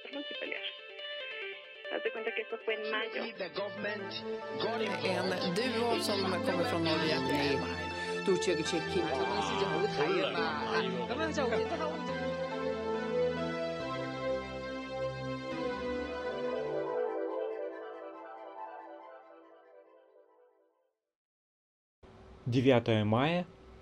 nosotros multipelear. Haz de cuenta que esto fue en mayo. En duo som kommer från Norge. «9 мая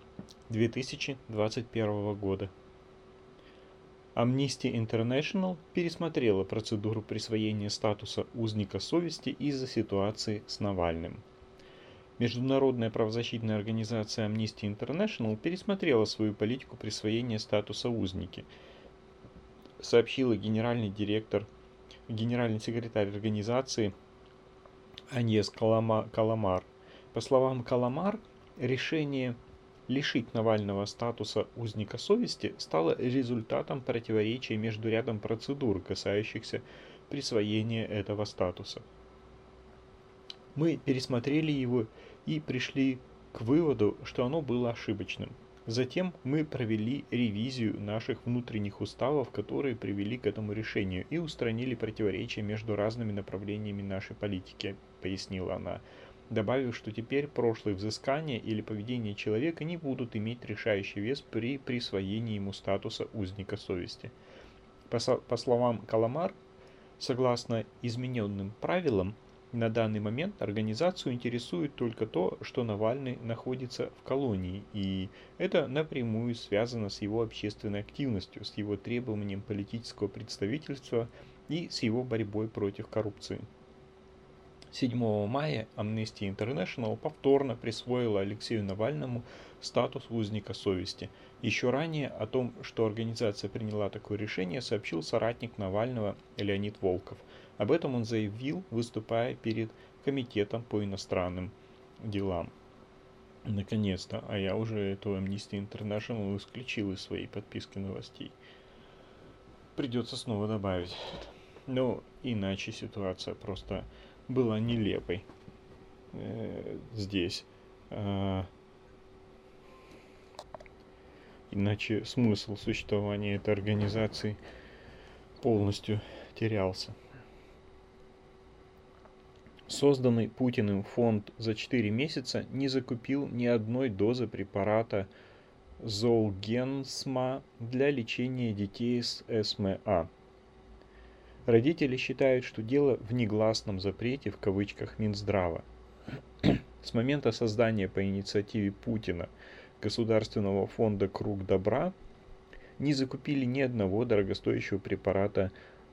2021 года. Amnesty International пересмотрела процедуру присвоения статуса узника совести из-за ситуации с Навальным. Международная правозащитная организация Amnesty International пересмотрела свою политику присвоения статуса узники, сообщила генеральный секретарь организации Аньес Каламар. По словам Каламар, решение лишить Навального статуса узника совести стало результатом противоречия между рядом процедур, касающихся присвоения этого статуса. Мы пересмотрели его и пришли к выводу, что оно было ошибочным. Затем мы провели ревизию наших внутренних уставов, которые привели к этому решению, и устранили противоречия между разными направлениями нашей политики, пояснила она, добавив, что теперь прошлые взыскания или поведение человека не будут иметь решающий вес при присвоении ему статуса узника совести. По словам Каламар, согласно измененным правилам, на данный момент организацию интересует только то, что Навальный находится в колонии, и это напрямую связано с его общественной активностью, с его требованием политического представительства и с его борьбой против коррупции. 7 мая Amnesty International повторно присвоила Алексею Навальному статус узника совести. Еще ранее о том, что организация приняла такое решение, сообщил соратник Навального Леонид Волков. Об этом он заявил, выступая перед Комитетом по иностранным делам. Наконец-то, а я уже эту Amnesty International исключил из своей подписки новостей. Придется снова добавить. Но иначе ситуация просто была нелепой здесь. Иначе смысл существования этой организации полностью терялся. Созданный Путиным фонд за 4 месяца не закупил ни одной дозы препарата Золгенсма для лечения детей с СМА. Родители считают, что дело в негласном запрете в кавычках Минздрава. С момента создания по инициативе Путина Государственного фонда «Круг добра» не закупили ни одного дорогостоящего препарата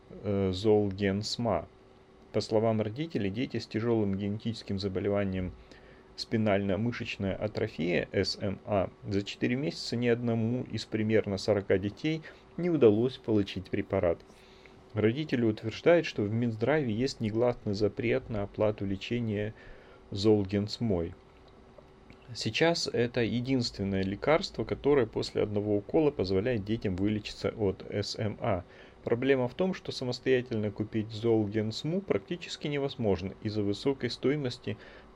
Золгенсма. По словам родителей, дети с тяжелым генетическим заболеванием спинально-мышечная атрофия СМА за 4 месяца ни одному из примерно 40 детей не удалось получить препарат. Родители утверждают, что в Минздраве есть негласный запрет на оплату лечения Золгенсмой. Сейчас это единственное лекарство, которое после одного укола позволяет детям вылечиться от СМА. Проблема в том, что самостоятельно купить Золгенсму практически невозможно из-за высокой стоимости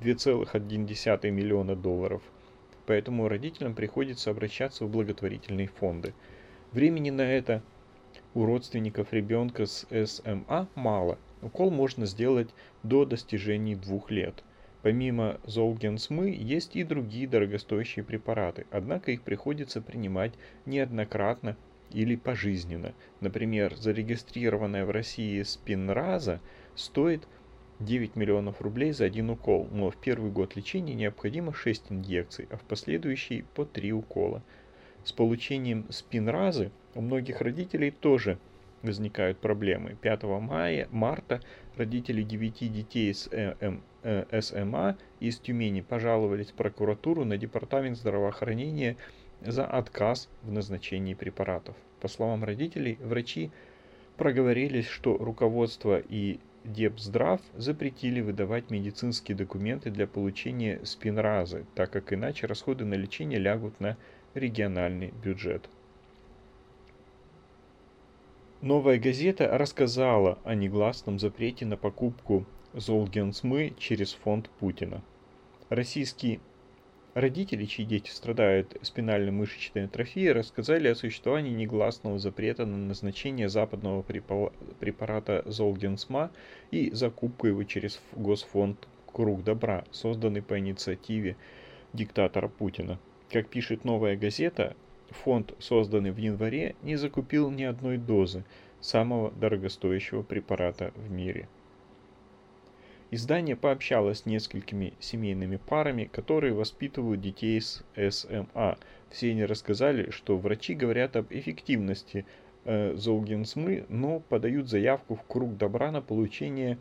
$2,1 миллиона. Поэтому родителям приходится обращаться в благотворительные фонды. Времени на это у родственников ребенка с СМА мало. Укол можно сделать до достижения 2 лет. Помимо Золгенсмы есть и другие дорогостоящие препараты, однако их приходится принимать неоднократно или пожизненно. Например, зарегистрированная в России Спинраза стоит 9 миллионов рублей за 1 укол, но в первый год лечения необходимо 6 инъекций, а в последующие по 3 укола. С получением Спинразы у многих родителей тоже возникают проблемы. 5 марта родители 9 детей с СМА из Тюмени пожаловались в прокуратуру на департамент здравоохранения за отказ в назначении препаратов. По словам родителей, врачи проговорились, что руководство и Депздрав запретили выдавать медицинские документы для получения Спинразы, так как иначе расходы на лечение лягут на региональный бюджет. Новая газета рассказала о негласном запрете на покупку Золгенсмы через фонд Путина. Российский Родители, чьи дети страдают спинально-мышечной атрофией, рассказали о существовании негласного запрета на назначение западного препарата Золгенсма и закупку его через Госфонд «Круг добра», созданный по инициативе диктатора Путина. Как пишет «Новая газета», фонд, созданный в январе, не закупил ни одной дозы самого дорогостоящего препарата в мире. Издание пообщалось с несколькими семейными парами, которые воспитывают детей с СМА. Все они рассказали, что врачи говорят об эффективности Золгенсмы, но подают заявку в Круг добра на получение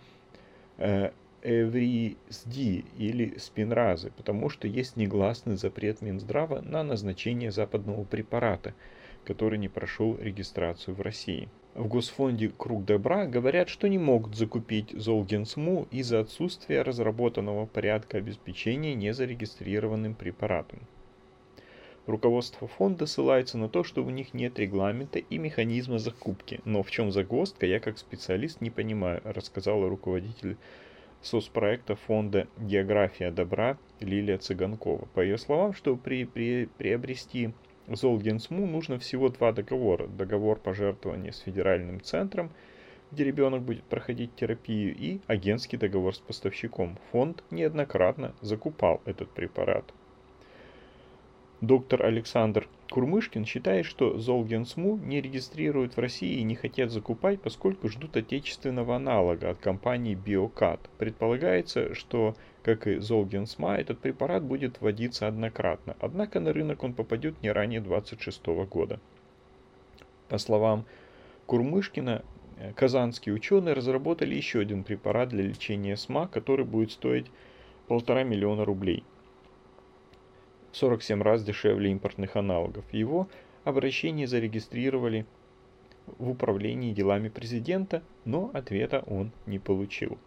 Эврисди или Спинразы, потому что есть негласный запрет Минздрава на назначение западного препарата, который не прошел регистрацию в России. В Госфонде «Круг добра» говорят, что не могут закупить Золгенсму из-за отсутствия разработанного порядка обеспечения незарегистрированным препаратом. Руководство фонда ссылается на то, что у них нет регламента и механизма закупки. Но в чем загвоздка, я как специалист не понимаю, рассказала руководитель соцпроекта фонда «География добра» Лилия Цыганкова. По ее словам, чтобы приобрести Золгенсму нужно всего 2 договора. Договор пожертвования с федеральным центром, где ребенок будет проходить терапию, и агентский договор с поставщиком. Фонд неоднократно закупал этот препарат. Доктор Александр Курмышкин считает, что Золгенсму не регистрируют в России и не хотят закупать, поскольку ждут отечественного аналога от компании Биокат. Предполагается, что, как и Золгенсма, этот препарат будет вводиться однократно, однако на рынок он попадет не ранее 2026 года. По словам Курмышкина, казанские ученые разработали еще один препарат для лечения СМА, который будет стоить 1,5 миллиона рублей. 47 раз дешевле импортных аналогов. Его обращение зарегистрировали в управлении делами президента, но ответа он не получил.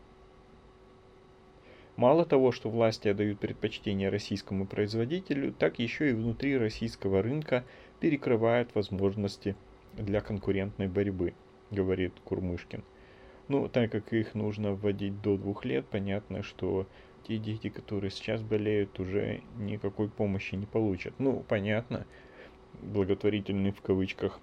Мало того, что власти отдают предпочтение российскому производителю, так еще и внутри российского рынка перекрывают возможности для конкурентной борьбы, говорит Курмышкин. Ну, так как их нужно вводить до 2 лет, понятно, что те дети, которые сейчас болеют, уже никакой помощи не получат. Ну, понятно, благотворительный в кавычках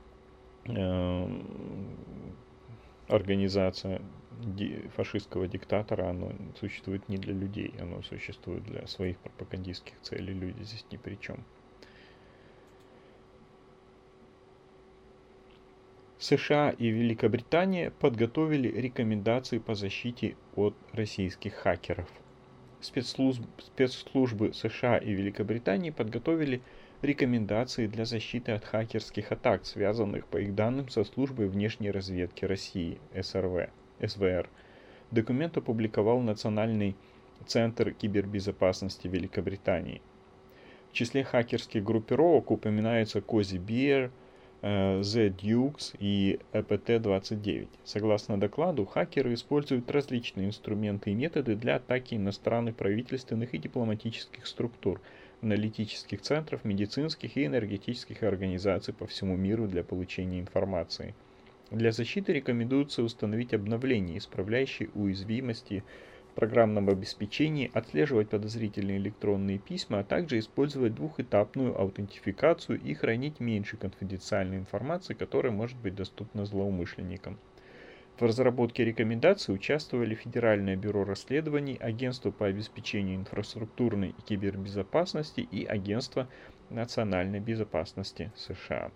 организация фашистского диктатора, оно существует не для людей, оно существует для своих пропагандистских целей. Люди здесь ни при чем. США и Великобритания подготовили рекомендации по защите от российских хакеров. Спецслужбы США и Великобритании подготовили рекомендации для защиты от хакерских атак, связанных, по их данным, со службой внешней разведки России, СВР. Документ опубликовал Национальный центр кибербезопасности Великобритании. В числе хакерских группировок упоминаются Cozy Bear, ZDux и EPT-29. Согласно докладу, хакеры используют различные инструменты и методы для атаки иностранных правительственных и дипломатических структур, аналитических центров, медицинских и энергетических организаций по всему миру для получения информации. Для защиты рекомендуется установить обновления, исправляющие уязвимости в программном обеспечении, отслеживать подозрительные электронные письма, а также использовать двухэтапную аутентификацию и хранить меньше конфиденциальной информации, которая может быть доступна злоумышленникам. В разработке рекомендаций участвовали Федеральное бюро расследований, Агентство по обеспечению инфраструктурной и кибербезопасности и Агентство национальной безопасности США.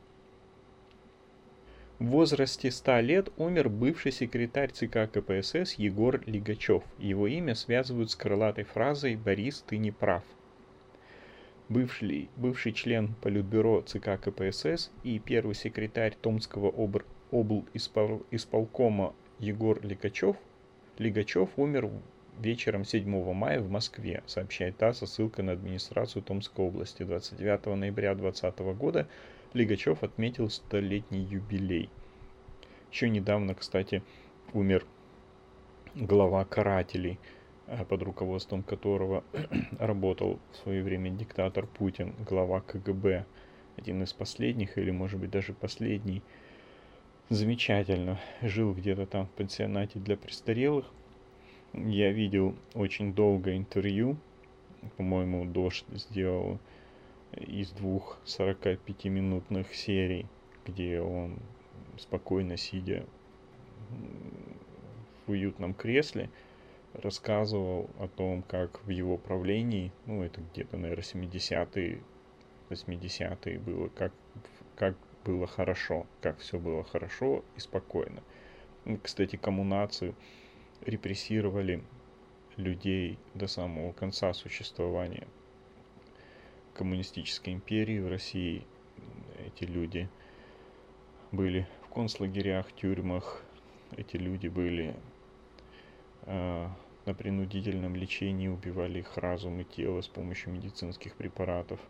В возрасте 100 лет умер бывший секретарь ЦК КПСС Егор Лигачев. Его имя связывают с крылатой фразой «Борис, ты не прав». Бывший член Политбюро ЦК КПСС и первый секретарь Томского облисполкома Егор Лигачев умер вечером 7 мая в Москве, сообщает ТАСС со ссылкой на администрацию Томской области. 29 ноября 2020 года Лигачев отметил 100-летний юбилей. Еще недавно, кстати, умер глава карателей, под руководством которого работал в свое время диктатор Путин, глава КГБ, один из последних, или может быть даже последний. Замечательно. Жил где-то там в пансионате для престарелых. Я видел очень долгое интервью по-моему, «Дождь» сделал из 2 45-минутных серий, где он, спокойно сидя в уютном кресле, рассказывал о том, как в его правлении, ну, это где-то, наверное, 70-е, 80-е было, как было хорошо, как все было хорошо и спокойно. Кстати, коммунацию репрессировали людей до самого конца существования коммунистической империи в России. Эти люди были в концлагерях, тюрьмах, эти люди были на принудительном лечении, убивали их разум и тело с помощью медицинских препаратов.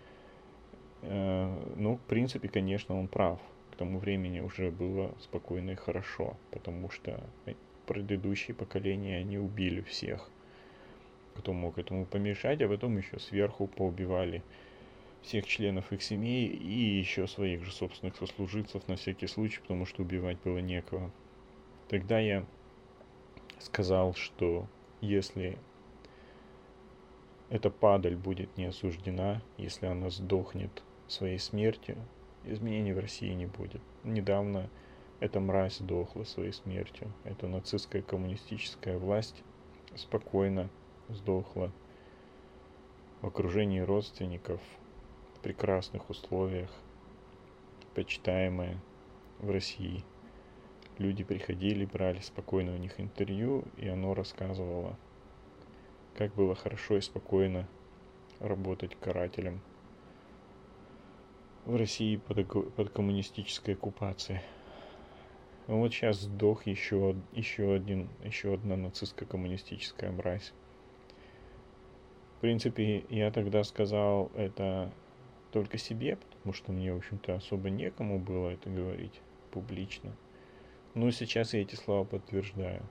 Ну, в принципе, конечно, он прав. К тому времени уже было спокойно и хорошо, потому что предыдущие поколения, они убили всех, кто мог этому помешать, а потом еще сверху поубивали всех членов их семей и еще своих же собственных сослуживцев на всякий случай, потому что убивать было некого. Тогда я сказал, что если эта падаль будет не осуждена, если она сдохнет своей смертью, изменений в России не будет. Недавно эта мразь сдохла своей смертью. Эта нацистская коммунистическая власть спокойно сдохла в окружении родственников, в прекрасных условиях, почитаемая в России. Люди приходили, брали спокойно у них интервью, и оно рассказывало, как было хорошо и спокойно работать карателем в России под коммунистической оккупацией. Вот сейчас сдох еще одна нацистско-коммунистическая мразь. В принципе, я тогда сказал это только себе, потому что мне, в общем-то, особо некому было это говорить публично. Но сейчас я эти слова подтверждаю.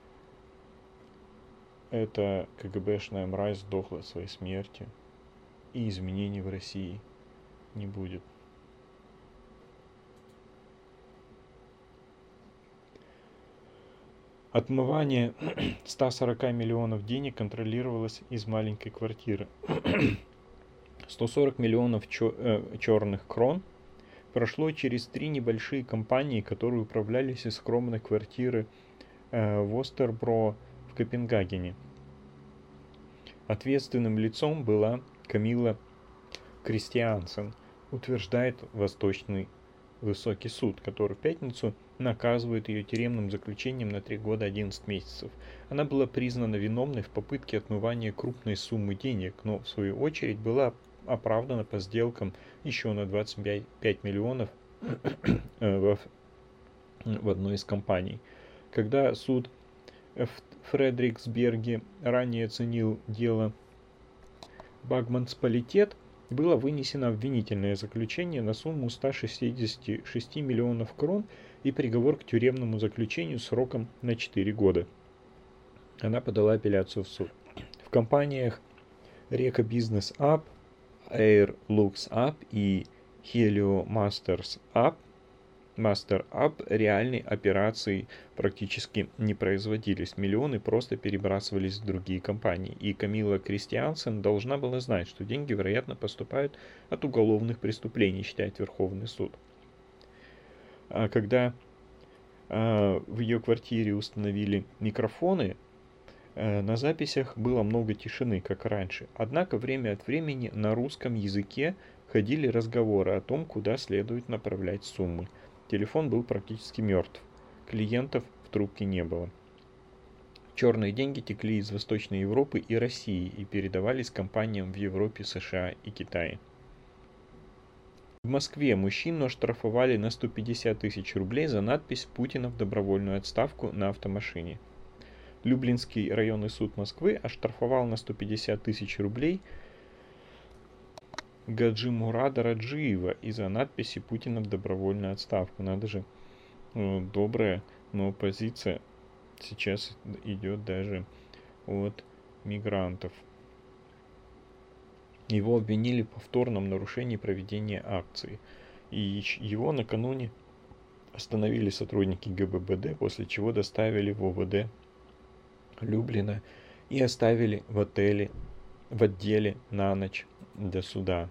Эта КГБшная мразь сдохла своей смертью, и изменений в России не будет. Отмывание 140 миллионов денег контролировалось из маленькой квартиры. 140 миллионов черных крон прошло через 3 небольшие компании, которые управлялись из скромной квартиры в Остербро в Копенгагене. Ответственным лицом была Камилла Кристиансен, утверждает Восточный высокий суд, который в пятницу наказывает ее тюремным заключением на 3 года 11 месяцев. Она была признана виновной в попытке отмывания крупной суммы денег, но в свою очередь была оправдана по сделкам еще на 25 миллионов в одной из компаний. Когда суд в Фредериксберге ранее оценил дело Багманспалитет, было вынесено обвинительное заключение на сумму 166 миллионов крон и приговор к тюремному заключению сроком на 4 года. Она подала апелляцию в суд. В компаниях Reka Business App, Air Lux App и Helio Master App реальной операции практически не производились. Миллионы просто перебрасывались в другие компании. И Камилла Кристиансен должна была знать, что деньги, вероятно, поступают от уголовных преступлений, считает Верховный суд. А когда в ее квартире установили микрофоны, на записях было много тишины, как раньше. Однако время от времени на русском языке ходили разговоры о том, куда следует направлять суммы. Телефон был практически мертв. Клиентов в трубке не было. Черные деньги текли из Восточной Европы и России и передавались компаниям в Европе, США и Китае. В Москве мужчину оштрафовали на 150 тысяч рублей за надпись «Путина в добровольную отставку» на автомашине. Люблинский районный суд Москвы оштрафовал на 150 тысяч рублей Гаджимурада Раджиева из-за надписи «Путина в добровольную отставку». Надо же, добрая, но оппозиция сейчас идет даже от мигрантов. Его обвинили в повторном нарушении проведения акции. И его накануне остановили сотрудники ГИБДД, после чего доставили в ОВД Люблина и оставили в отеле в отделе на ночь до суда.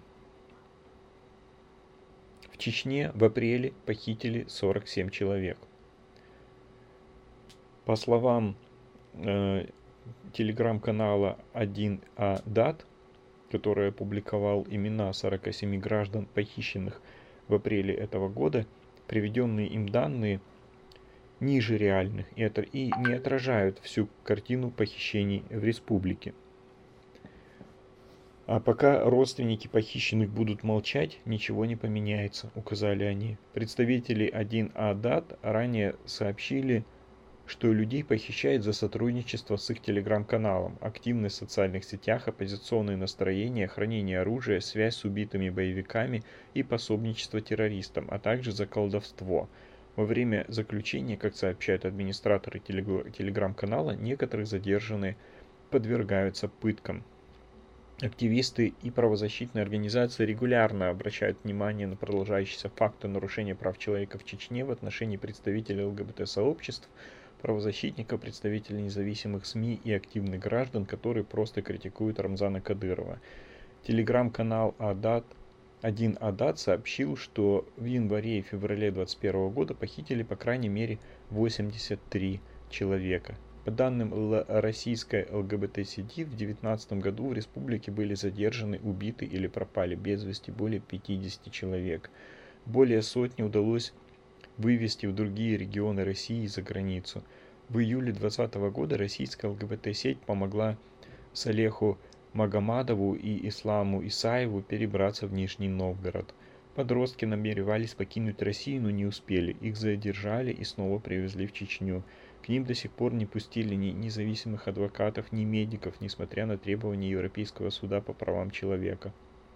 В Чечне в апреле похитили 47 человек. По словам телеграм-канала 1А Дат, который опубликовал имена 47 граждан, похищенных в апреле этого года, приведенные им данные ниже реальных и не отражают всю картину похищений в республике. А пока родственники похищенных будут молчать, ничего не поменяется, указали они. Представители 1А Дат ранее сообщили, что людей похищают за сотрудничество с их телеграм-каналом, активность в социальных сетях, оппозиционные настроения, хранение оружия, связь с убитыми боевиками и пособничество террористам, а также за колдовство. Во время заключения, как сообщают администраторы телеграм-канала, некоторые задержанные подвергаются пыткам. Активисты и правозащитные организации регулярно обращают внимание на продолжающиеся факты нарушения прав человека в Чечне в отношении представителей ЛГБТ-сообществ, правозащитников, представителей независимых СМИ и активных граждан, которые просто критикуют Рамзана Кадырова. Телеграм-канал 1А Дат сообщил, что в январе и феврале 2021 года похитили по крайней мере 83 человека. По данным российской ЛГБТ-сети, в 2019 году в республике были задержаны, убиты или пропали без вести более 50 человек. Более сотни удалось вывести в другие регионы России и за границу. В июле 2020 года российская ЛГБТ-сеть помогла Салеху Магомадову и Исламу Исаеву перебраться в Нижний Новгород. Подростки намеревались покинуть Россию, но не успели. Их задержали и снова привезли в Чечню. К ним до сих пор не пустили ни независимых адвокатов, ни медиков, несмотря на требования Европейского суда по правам человека.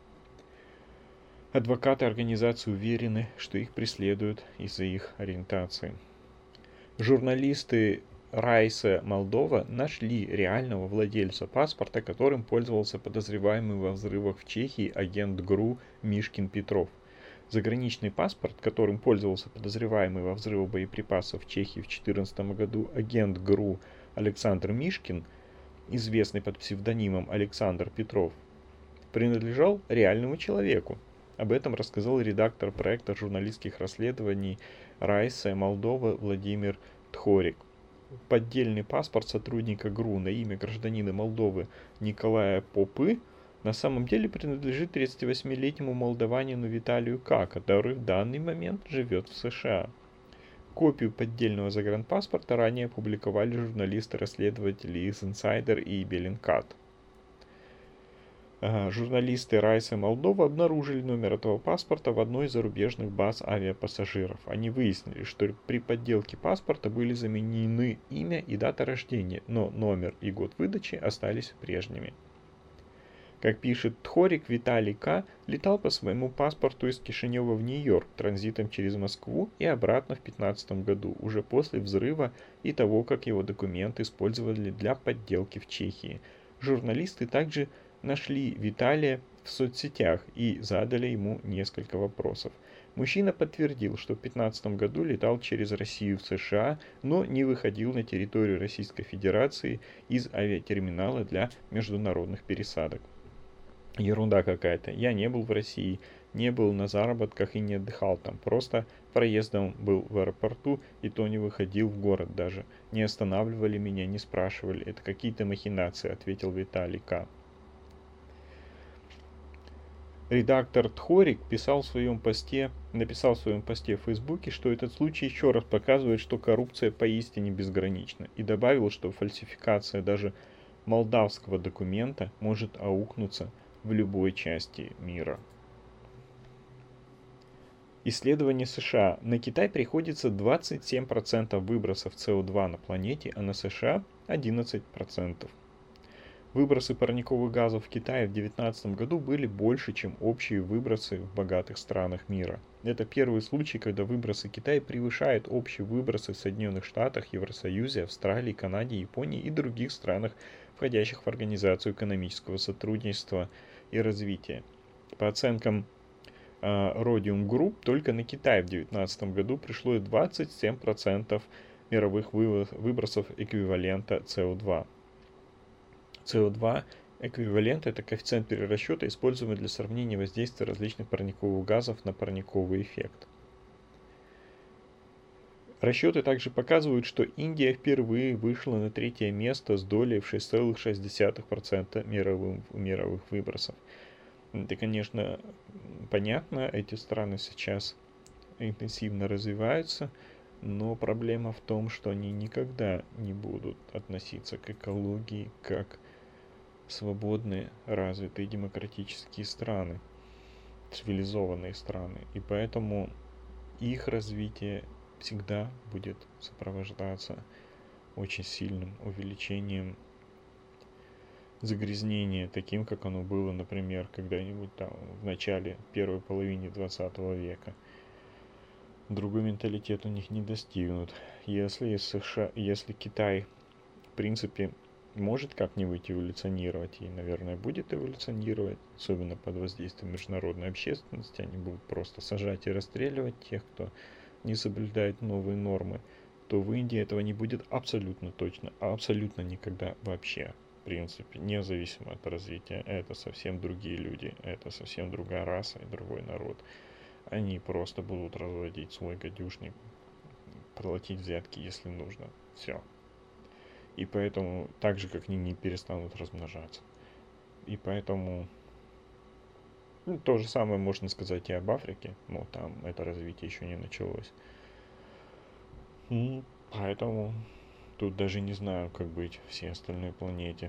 Адвокаты организации уверены, что их преследуют из-за их ориентации. Журналисты Райса Молдова нашли реального владельца паспорта, которым пользовался подозреваемый во взрывах в Чехии агент ГРУ Мишкин Петров. Заграничный паспорт, которым пользовался подозреваемый во взрывах боеприпасов в Чехии в 2014 году агент ГРУ Александр Мишкин, известный под псевдонимом Александр Петров, принадлежал реальному человеку. Об этом рассказал редактор проекта журналистских расследований Райса Молдова Владимир Тхорик. Поддельный паспорт сотрудника ГРУ на имя гражданина Молдовы Николая Попы на самом деле принадлежит 38-летнему молдаванину Виталию К., который в данный момент живет в США. Копию поддельного загранпаспорта ранее опубликовали журналисты-расследователи из Insider и Bellingcat. Журналисты Райса Молдова обнаружили номер этого паспорта в одной из зарубежных баз авиапассажиров. Они выяснили, что при подделке паспорта были заменены имя и дата рождения, но номер и год выдачи остались прежними. Как пишет Тхорик, Виталий К. летал по своему паспорту из Кишинева в Нью-Йорк транзитом через Москву и обратно в 2015 году, уже после взрыва и того, как его документы использовали для подделки в Чехии. Журналисты также нашли Виталия в соцсетях и задали ему несколько вопросов. Мужчина подтвердил, что в 2015 году летал через Россию в США, но не выходил на территорию Российской Федерации из авиатерминала для международных пересадок. Ерунда какая-то. Я не был в России, не был на заработках и не отдыхал там. Просто проездом был в аэропорту, и то не выходил в город даже. Не останавливали меня, не спрашивали. Это какие-то махинации, ответил Виталий К. Редактор Тхорик написал в своем посте в Фейсбуке, что этот случай еще раз показывает, что коррупция поистине безгранична, и добавил, что фальсификация даже молдавского документа может аукнуться в любой части мира. Исследование США. На Китай приходится 27% выбросов СО2 на планете, а на США 11%. Выбросы парниковых газов в Китае в 2019 году были больше, чем общие выбросы в богатых странах мира. Это первый случай, когда выбросы Китая превышают общие выбросы в Соединенных Штатах, Евросоюзе, Австралии, Канаде, Японии и других странах, входящих в Организацию экономического сотрудничества и развития. По оценкам Rhodium Group, только на Китай в 2019 году пришлось 27% мировых выбросов эквивалента СО2. СО2 Эквивалент – это коэффициент перерасчета, используемый для сравнения воздействия различных парниковых газов на парниковый эффект. Расчеты также показывают, что Индия впервые вышла на третье место с долей в 6,6% мировых выбросов. Это, конечно, понятно, эти страны сейчас интенсивно развиваются, но проблема в том, что они никогда не будут относиться к экологии как свободные, развитые демократические страны, цивилизованные страны. И поэтому их развитие всегда будет сопровождаться очень сильным увеличением загрязнения, таким, как оно было, например, когда-нибудь там в начале первой половины 20 века. Другой менталитет у них не достигнут. Если Китай, в принципе, может как-нибудь эволюционировать и, наверное, будет эволюционировать, особенно под воздействием международной общественности, они будут просто сажать и расстреливать тех, кто не соблюдает новые нормы, то в Индии этого не будет абсолютно точно, абсолютно никогда вообще. В принципе, независимо от развития, это совсем другие люди, это совсем другая раса и другой народ. Они просто будут разводить свой гадюшник, платить взятки, если нужно. Все. И поэтому, так же, как они не перестанут размножаться. И поэтому, то же самое можно сказать и об Африке, но там это развитие еще не началось. Поэтому тут даже не знаю, как быть всей остальной планете.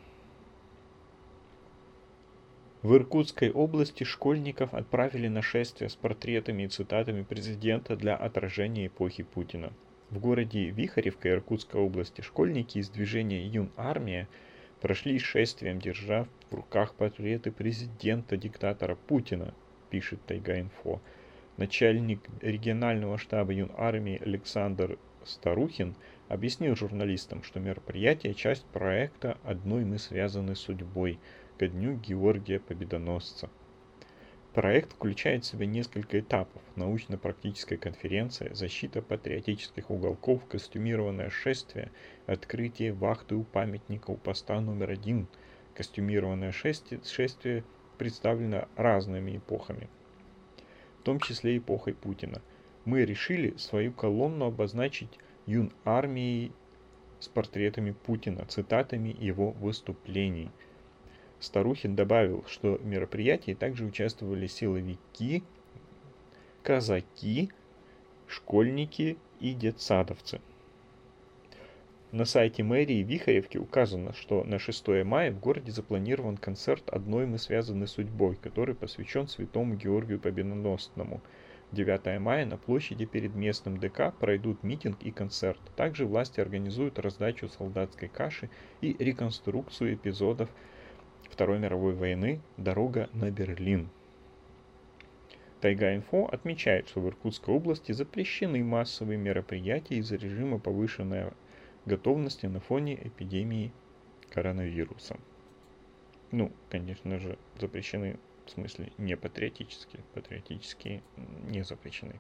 В Иркутской области школьников отправили на шествие с портретами и цитатами президента для отражения эпохи Путина. В городе Вихаревка Иркутской области школьники из движения Юнармия прошли шествием, держа в руках портреты президента-диктатора Путина, пишет Тайга-Инфо. Начальник регионального штаба Юнармии Александр Старухин объяснил журналистам, что мероприятие – часть проекта «Одной мы связаны судьбой» ко дню Георгия Победоносца. Проект включает в себя несколько этапов: научно-практическая конференция, защита патриотических уголков, костюмированное шествие, открытие вахты у памятника у поста номер 1. Костюмированное шествие представлено разными эпохами, в том числе эпохой Путина. Мы решили свою колонну обозначить Юнармией с портретами Путина, цитатами его выступлений. Старухин добавил, что в мероприятии также участвовали силовики, казаки, школьники и детсадовцы. На сайте мэрии Вихаревки указано, что на 6 мая в городе запланирован концерт «Одной мы связаны судьбой», который посвящен святому Георгию Победоносному. 9 мая на площади перед местным ДК пройдут митинг и концерт. Также власти организуют раздачу солдатской каши и реконструкцию эпизодов Второй мировой войны «Дорога на Берлин». Тайга-Инфо отмечает, что в Иркутской области запрещены массовые мероприятия из-за режима повышенной готовности на фоне эпидемии коронавируса. Конечно же, запрещены в смысле не патриотические. Патриотические не запрещены.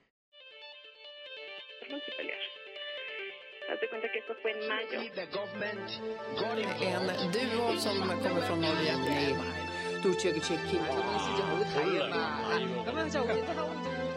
En duo som kommer från Norge. Nej.